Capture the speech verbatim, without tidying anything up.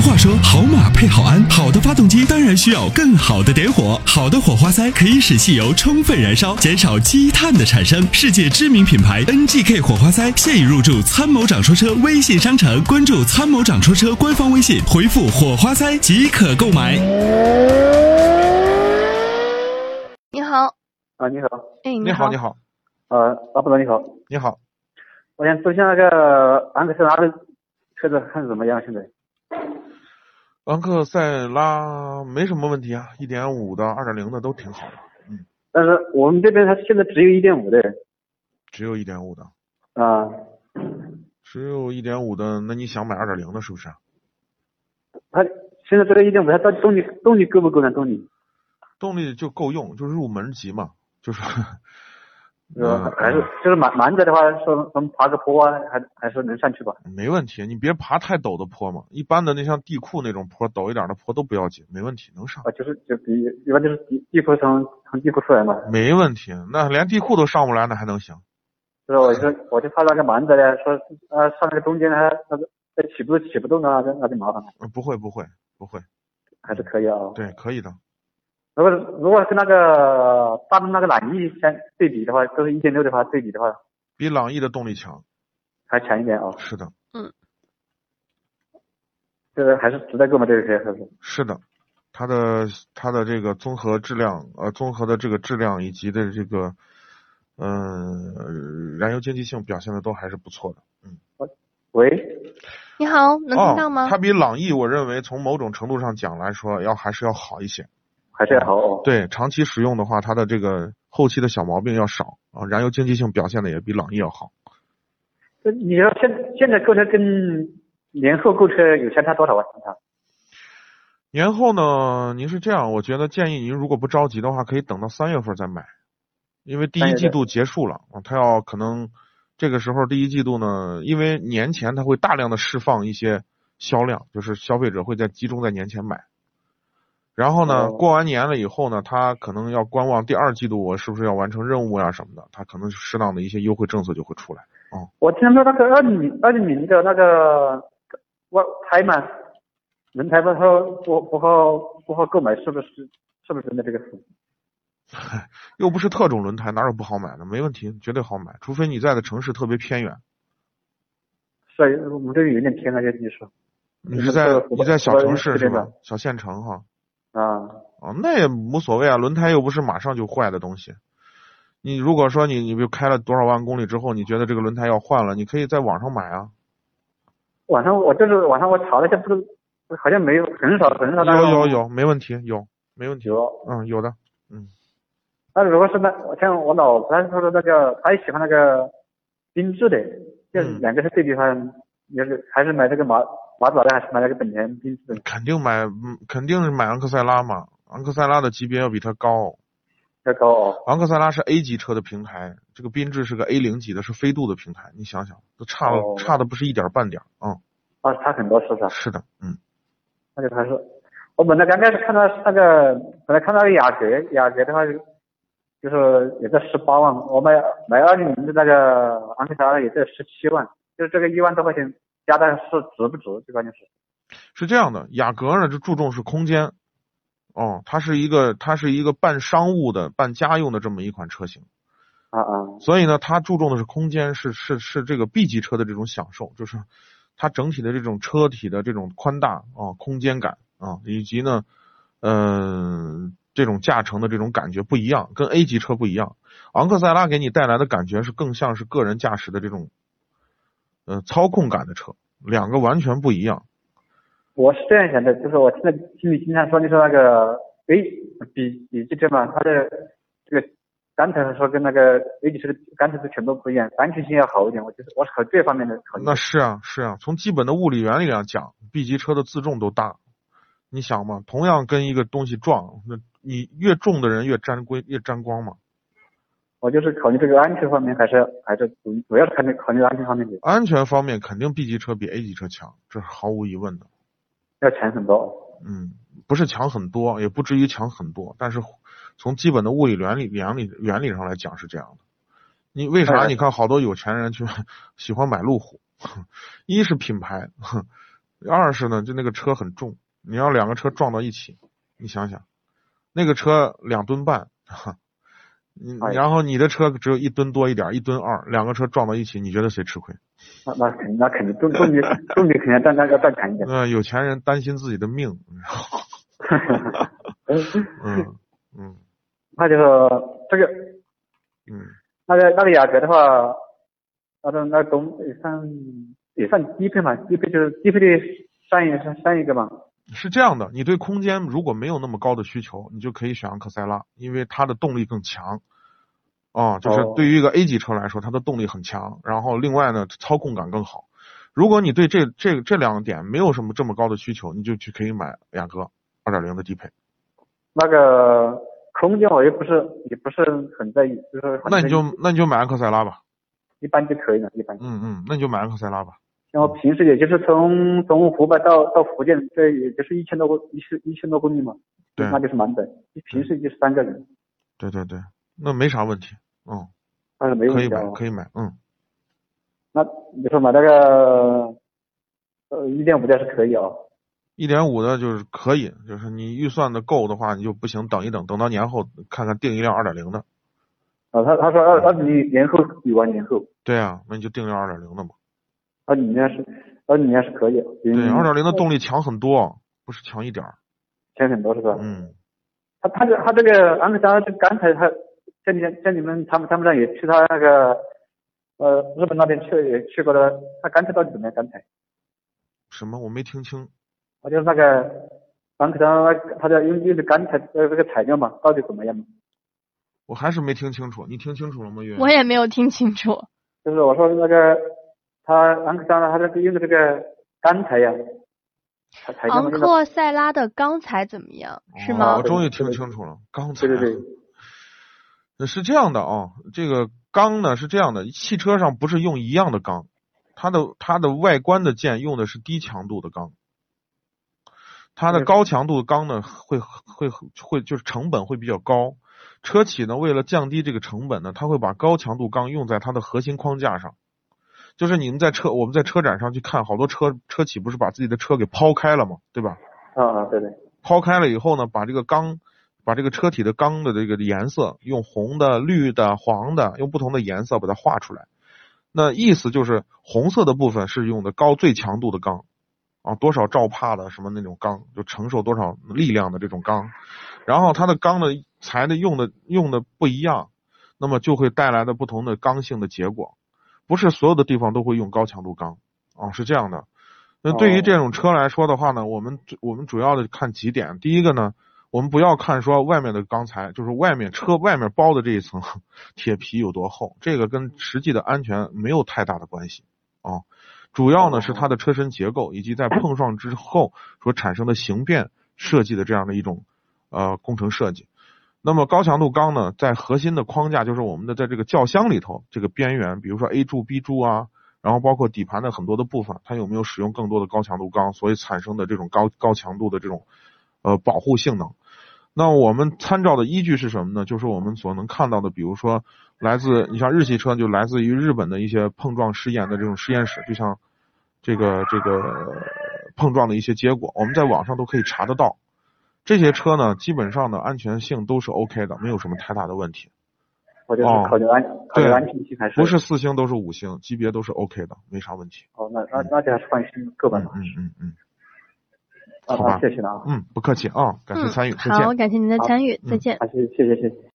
话说，好马配好鞍，好的发动机当然需要更好的点火。好的火花塞可以使汽油充分燃烧，减少积碳的产生。世界知名品牌 N G K 火花塞现已入驻参谋长说车微信商城，关注参谋长说车官方微信，回复火花塞即可购买。 你好。 啊，你好。 哎， 你好，你好。 呃，老板你好。 你好。 我想咨询那个昂克赛拉的车子看怎么样？现在？ 昂克赛拉没什么问题啊， 一点五 的、二点零 的都挺好的。嗯。 但是我们这边它现在只有 一点五 的。 只有 一点五 的。 啊。 只有 一点五 的，那你想买 二点零 的是不是？ 它现在这个 一点五 它到底动力动力够不够呢？动力？ 动力就够用，就是入门级嘛，就是。 呃，还是就是蛮蛮着的话，说能爬个坡啊，还还是能上去吧？ 没问题，你别爬太陡的坡嘛，一般的那像地库那种坡，陡一点的坡都不要紧，没问题，能上。 啊，就是就比一般就是地地库从从地库出来嘛。 没问题，那连地库都上不来，那还能行？ 是，我就我就怕那个蛮着的，说呃上那个中间它那个起步起不动啊，那就麻烦了。 嗯，不会不会不会， 还是可以啊。 对，可以的。 如果如果跟那个大众那个朗逸相对比的话，都是 一点六 的话，对比的话， 比朗逸的动力强， 还强一点啊。 是的。 嗯。 这个还是值得购买这个车，是不是？ 是的，它的它的这个综合质量，呃，综合的这个质量以及的这个，嗯、呃，燃油经济性表现的都还是不错的。嗯。 喂。 你好，能听到吗？ 哦、它比朗逸，我认为从某种程度上讲来说，要还是要好一些。 还是要好哦。 对，长期使用的话，它的这个后期的小毛病要少啊，燃油经济性表现的也比朗逸要好。 你说现现在购车跟年后购车有相差多少啊？相差？ 年后呢，您是这样，我觉得建议您如果不着急的话，可以等到三月份再买，因为第一季度结束了啊，它要可能这个时候第一季度呢，因为年前它会大量的释放一些销量，就是消费者会在集中在年前买。然后呢， 哦、 过完年了以后呢，他可能要观望第二季度我是不是要完成任务呀什么的，他可能适当的一些优惠政策就会出来。哦， 我听说那个二零二零零的那个我胎嘛，轮胎不好不不好不好购买，是不是是不是真的这个事？ 又不是特种轮胎，哪有不好买的？没问题，绝对好买，除非你在的城市特别偏远。 是啊，我们这里有点偏那些技术。 你是在你在小城市是吧？小县城哈。 啊， 哦，那也无所谓啊，轮胎又不是马上就坏的东西。你如果说你你比如开了多少万公里之后，你觉得这个轮胎要换了，你可以在网上买啊。 网上我就是网上我查了一下，不是好像没有，很少很少。 有有有，没问题，有没问题。 有， 嗯，有的，嗯。 那如果是那像我老婆她说的那个，她也喜欢那个缤智的，就是两个是对比的话，也是还是买这个马。马自达的还是买那个本田缤智的？ 肯定买，肯定是买昂克赛拉嘛。昂克赛拉的级别要比它高， 要高哦。 昂克赛拉是 A 级车的平台，这个缤智是个 A 零 级的，是飞度的平台。你想想，都差了，哦、差的不是一点半点啊、嗯。 啊，差很多是不是？ 是的，嗯。 那就还是，我本来刚开始看到那个，本来看到雅阁，雅阁的话就就是也在十八万，我买买二零零的那个昂克赛拉也在十七万，就是这个一万多块钱。加的是值不值？最关键是是这样的，雅阁呢就注重是空间，哦，它是一个它是一个半商务的、半家用的这么一款车型， 啊啊， 所以呢，它注重的是空间，是是是这个 B 级车的这种享受，就是它整体的这种车体的这种宽大啊、空间感啊，以及呢，嗯、呃，这种驾乘的这种感觉不一样，跟 A 级车不一样。昂克赛拉给你带来的感觉是更像是个人驾驶的这种。呃，操控感的车，两个完全不一样。 我是这样想的，就是我现在听你经常说，你说那个 A 比比级车嘛，它的这个钢头说跟那个 A 级车的钢头是全部不一样，安全性要好一点。我就是我是考这方面的考虑。 那是啊，是啊，从基本的物理原理上讲 ，B 级车的自重都大。你想嘛，同样跟一个东西撞，那你越重的人越沾光，越沾光嘛。 我就是考虑这个安全方面，还是还是主主要是考虑考虑安全方面的。 安全方面肯定 B 级车比 A 级车强，这是毫无疑问的。 要强很多。 嗯，不是强很多，也不至于强很多，但是从基本的物理原理原理原理上来讲是这样的。你为啥你看好多有钱人去喜欢买路虎？一是品牌， 二是呢，就那个车很重，你要两个车撞到一起，你想想，那个车两吨半，哈，你然后你的车只有一吨多一点，一吨二，两个车撞到一起，你觉得谁吃亏？ 那那肯定那肯定重重力重力肯定占占要占强一点。 那、呃、有钱人担心自己的命，你知道吗？嗯嗯， 那就是这个， 嗯，那个那个雅阁的话，那个那东也算也算低配嘛，低配就是低配的上一上一个嘛。 是这样的，你对空间如果没有那么高的需求，你就可以选昂克赛拉，因为它的动力更强。啊、哦，就是对于一个 A 级车来说，它的动力很强，然后另外呢，操控感更好。如果你对这这这两点没有什么这么高的需求，你就去可以买雅阁 二点零 的低配。 那个空间我也不是也不是很在意，就是那你就那你就买昂克赛拉吧， 一般就可以了，一般。 嗯嗯，那你就买昂克赛拉吧。 像我平时也就是从从湖北到到福建，这也就是一千多公一千一千多公里嘛， 对， 那就是满本。平时就是三个人。 对对对，那没啥问题，嗯， 那是没问题、啊、 可以买，可以买，嗯。 那你说买那个呃一点五的是可以啊。 一点五的就是可以，就是你预算的够的话，你就不行，等一等，等到年后看看订一辆二点零的。 啊，他他说二二你年后有完年后。 对啊，那你就订辆二点零的嘛。 二里面是二里面是可以。 对，二点零的动力强很多，不是强一点儿。 强很多是吧？ 嗯。 他他这他这个昂克赛拉，就刚才他像你像你们参参谋长也去他那个呃日本那边去也去过的，他刚才到底怎么样？刚才什么？我没听清。 我就是那个昂克赛拉，他的用用的钢材呃这个材料嘛，到底怎么样嘛？ 我还是没听清楚，你听清楚了吗？月？ 我也没有听清楚。 就是我说那个他昂克赛拉他这个用的这个钢材呀。 昂克赛拉的钢材怎么样？是吗？ 我、哦、终于听清楚了，钢材。 对对对。是这样的啊，这个钢呢是这样的，汽车上不是用一样的钢，它的它的外观的件用的是低强度的钢，它的高强度的钢呢会会会就是成本会比较高。车企呢为了降低这个成本呢，它会把高强度钢用在它的核心框架上。就是你们在车我们在车展上去看，好多车车企不是把自己的车给抛开了吗？对吧？ 啊，对对。 抛开了以后呢，把这个钢，把这个车体的钢的这个颜色，用红的、绿的、黄的，用不同的颜色把它画出来。那意思就是红色的部分是用的高最强度的钢啊，多少兆帕的什么那种钢，就承受多少力量的这种钢。然后它的钢的材的用的用的不一样，那么就会带来的不同的刚性的结果。不是所有的地方都会用高强度钢啊，是这样的。那对于这种车来说的话呢，我们我们主要的看几点。第一个呢，我们不要看说外面的钢材，就是外面车外面包的这一层铁皮有多厚，这个跟实际的安全没有太大的关系啊。主要呢是它的车身结构以及在碰撞之后所产生的形变设计的这样的一种呃工程设计。那么高强度钢呢，在核心的框架，就是我们的在这个轿厢里头这个边缘，比如说 A 柱 B 柱啊，然后包括底盘的很多的部分，它有没有使用更多的高强度钢，所以产生的这种高高强度的这种呃保护性能。那我们参照的依据是什么呢？就是我们所能看到的，比如说来自你像日系车，就来自于日本的一些碰撞试验的这种实验室，就像这个这个碰撞的一些结果，我们在网上都可以查得到。这些车呢，基本上的安全性都是 OK 的，没有什么太大的问题。 我就是考虑安、哦、考虑安全性还是不是四星都是五星，级别都是 OK 的，没啥问题。 哦，那那那就还是放心，够吧？ 嗯嗯嗯。 好吧，谢谢了啊。 嗯，不客气啊，感谢参与， 嗯、 再见。 好，感谢您的参与，再见。 嗯、谢谢谢谢谢谢。